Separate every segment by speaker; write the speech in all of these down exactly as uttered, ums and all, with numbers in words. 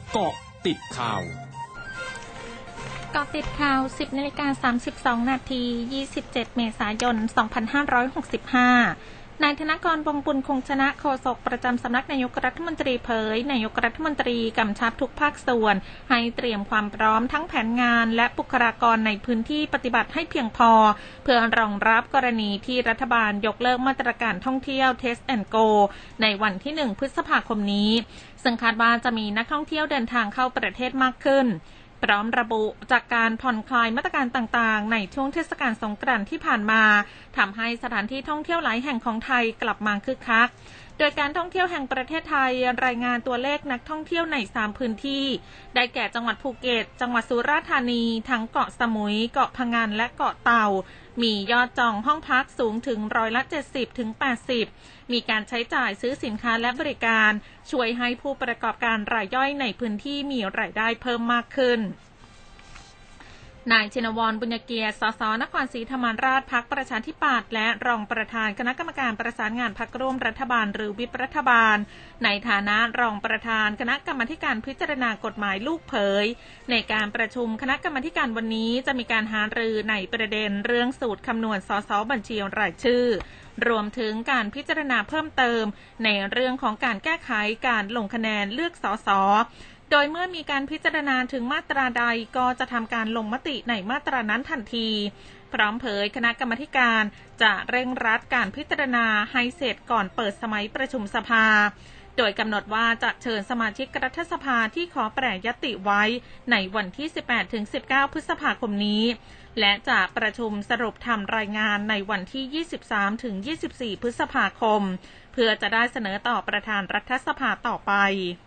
Speaker 1: เกาะติดข่าว
Speaker 2: เกาะติดข่าว สิบนาฬิกาสามสิบสองนาที ยี่สิบเจ็ดเมษายนสองพันห้าร้อยหกสิบห้านายธนกร วงศ์บุญคงชนะโฆษกประจำสำนักนายกรัฐมนตรีเผยนายกรัฐมนตรีกำชับทุกภาคส่วนให้เตรียมความพร้อมทั้งแผนงานและบุคลากรในพื้นที่ปฏิบัติให้เพียงพอเพื่อรองรับกรณีที่รัฐบาลยกเลิกมาตรการท่องเที่ยว Test and Go ในวันที่หนึ่งพฤษภาคมนี้ซึ่งคาดว่าจะมีนักท่องเที่ยวเดินทางเข้าประเทศมากขึ้นพร้อมระบุจากการผ่อนคลายมาตรการต่างๆในช่วงเทศกาลสงกรานต์ที่ผ่านมาทำให้สถานที่ท่องเที่ยวหลายแห่งของไทยกลับมาคึกคักโดยการท่องเที่ยวแห่งประเทศไทยรายงานตัวเลขนักท่องเที่ยวในสามพื้นที่ได้แก่จังหวัดภูเก็ตจังหวัดสุราษฎร์ธานีทั้งเกาะสมุยเกาะพะงันและเกาะเต่ามียอดจองห้องพักสูงถึงร้อยละเจ็ดสิบถึงแปดสิบมีการใช้จ่ายซื้อสินค้าและบริการช่วยให้ผู้ประกอบการรายย่อยในพื้นที่มีรายได้เพิ่มมากขึ้นนายชินวรบุญเกียรติ สส นครศรีธรรมราชพรรคประชาธิปัตย์และรองประธานคณะกรรมการประสานงานพรรคร่วมรัฐบาลหรือวิปรัฐบาลในฐานะรองประธานคณะกรรมการพิจารณากฎหมายลูกเผยในการประชุมคณะกรรมการวันนี้จะมีการหารือในประเด็นเรื่องสูตรคำนวณสสบัญชีรายชื่อรวมถึงการพิจารณาเพิ่มเติมในเรื่องของการแก้ไขการลงคะแนนเลือกสสโดยเมื่อมีการพิจารณาถึงมาตราใดก็จะทำการลงมติในมาตรานั้นทันทีพร้อมเผยคณะกรรมการจะเร่งรัดการพิจารณาให้เสร็จก่อนเปิดสมัยประชุมสภาโดยกำหนดว่าจะเชิญสมาชิกรัฐสภาที่ขอแปรยติไว้ในวันที่ สิบแปดถึงสิบเก้า พฤษภาคมนี้และจะประชุมสรุปทำรายงานในวันที่ ยี่สิบสามถึงยี่สิบสี่ พฤษภาคมเพื่อจะได้เสนอต่อประธานรัฐสภาต่อไป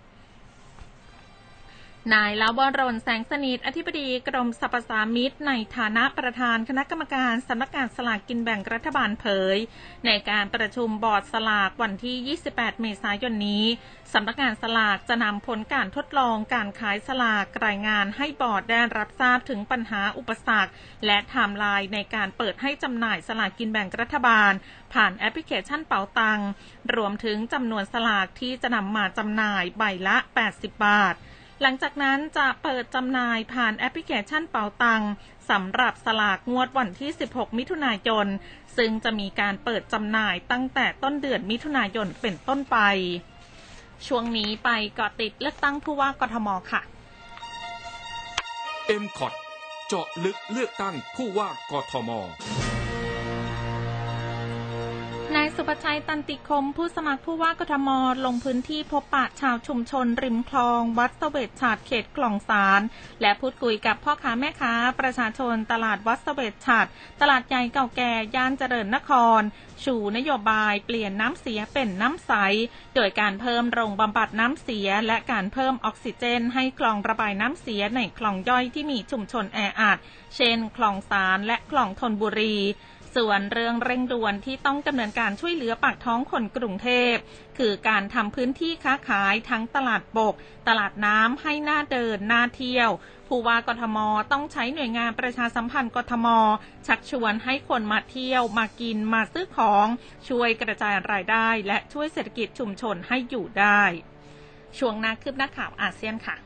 Speaker 2: นายลาวรณ แสงสนิทอธิบดีกรมสรรพสามิตในฐานะประธานคณะกรรมการสำนักงานสลากกินแบ่งรัฐบาลเผยในการประชุมบอร์ดสลากวันที่ ยี่สิบแปด เมษายนนี้สำนักงานสลากจะนำผลการทดลองการขายสลากรายงานให้บอร์ดได้รับทราบถึงปัญหาอุปสรรคและไทม์ไลน์ในการเปิดให้จำหน่ายสลากกินแบ่งรัฐบาลผ่านแอปพลิเคชันเป๋าตังรวมถึงจำนวนสลากที่จะนำมาจำหน่ายใบละแปดสิบบาทหลังจากนั้นจะเปิดจำหน่ายผ่านแอปพลิเคชันเป๋าตังสำหรับสลากงวดวันที่สิบหกมิถุนายนซึ่งจะมีการเปิดจำหน่ายตั้งแต่ต้นเดือนมิถุนายนเป็นต้นไปช่วงนี้ไปเกาะติดเลือกตั้งผู้ว่ากทมค่ะ
Speaker 1: เอ็ม คอท เจาะลึกเลือกตั้งผู้ว่ากทม
Speaker 2: นายสุภชัยตันติคมผู้สมัครผู้ว่ากทมลงพื้นที่พบปะชาวชุมชนริมคลองวัดเสวตฉาดเขตคลองสานและพูดคุยกับพ่อค้าแม่ค้าประชาชนตลาดวัดเสวตฉาดตลาดใหญ่เก่าแก่ย่านเจริญนครชูนโยบายเปลี่ยนน้ำเสียเป็นน้ำใสโดยการเพิ่มโรงบำบัดน้ำเสียและการเพิ่มออกซิเจนให้คลองระบายน้ำเสียในคลองย่อยที่มีชุมชนแออัดเช่นคลองสานและคลองธนบุรีส่วนเรื่องเร่งด่วนที่ต้องดำเนินการช่วยเหลือปากท้องคนกรุงเทพคือการทำพื้นที่ค้าขายทั้งตลาดบกตลาดน้ำให้น่าเดินน่าเที่ยวผู้ว่ากทมต้องใช้หน่วยงานประชาสัมพันธ์กทมชักชวนให้คนมาเที่ยวมากินมาซื้อของช่วยกระจายรายได้และช่วยเศรษฐกิจชุมชนให้อยู่ได้ช่วงหน้าคืบหน้าข่าวอาเซียนค่ะ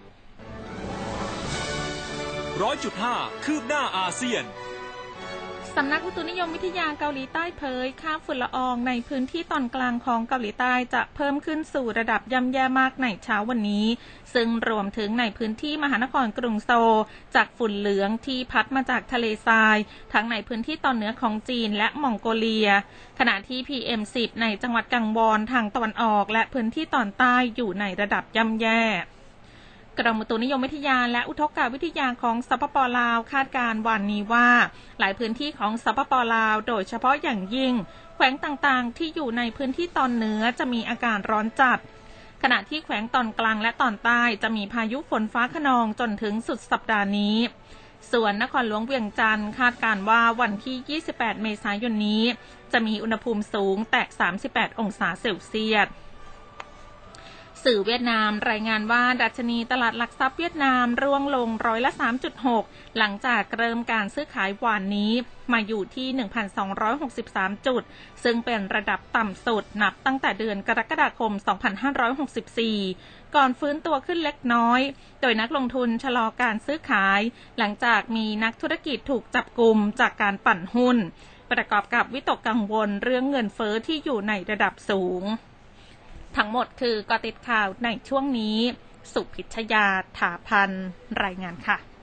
Speaker 3: ร้อยจุดห้า คืบหน้าอาเซียน
Speaker 2: สำนักอุตุนิยมวิทยาเกาหลีใต้เผยค่าฝุ่นละอองในพื้นที่ตอนกลางของเกาหลีใต้จะเพิ่มขึ้นสู่ระดับย่ำแย่มากในเช้าวันนี้ซึ่งรวมถึงในพื้นที่มหานครกรุงโซลจากฝุ่นเหลืองที่พัดมาจากทะเลทรายทั้งในพื้นที่ตอนเหนือของจีนและมองโกเลียขณะที่ พี เอ็ม สิบ ในจังหวัดกังวอนทางตะวันออกและพื้นที่ตอนใต้อยู่ในระดับย่ำแย่กรมอุตุนิยมวิทยาและอุทกวิทยาของสปป.ลาวคาดการณ์วันนี้ว่าหลายพื้นที่ของสปป.ลาวโดยเฉพาะอย่างยิ่งแขวงต่างๆที่อยู่ในพื้นที่ตอนเหนือจะมีอากาศร้อนจัดขณะที่แขวงตอนกลางและตอนใต้จะมีพายุฝนฟ้าคะนองจนถึงสุดสัปดาห์นี้ส่วนนครหลวงเวียงจันทร์คาดการณ์ว่าวันที่ยี่สิบแปดเมษายนนี้จะมีอุณหภูมิสูงแตะสามสิบแปดองศาเซลเซียสสื่อเวียดนามรายงานว่าดัชนีตลาดหลักทรัพย์เวียดนามร่วงลงร้อยละ สามจุดหก หลังจากเริ่มการซื้อขายวันนี้มาอยู่ที่ หนึ่งพันสองร้อยหกสิบสาม จุดซึ่งเป็นระดับต่ำสุดนับตั้งแต่เดือนกรกฎาคม สองพันห้าร้อยหกสิบสี่ ก่อนฟื้นตัวขึ้นเล็กน้อยโดยนักลงทุนชะลอการซื้อขายหลังจากมีนักธุรกิจถูกจับกุมจากการปั่นหุ้นประกอบกับวิตกกังวลเรื่องเงินเฟ้อที่อยู่ในระดับสูงทั้งหมดคือกอติดข่าวในช่วงนี้สุพิชยา ถาพันรายงานค่ะ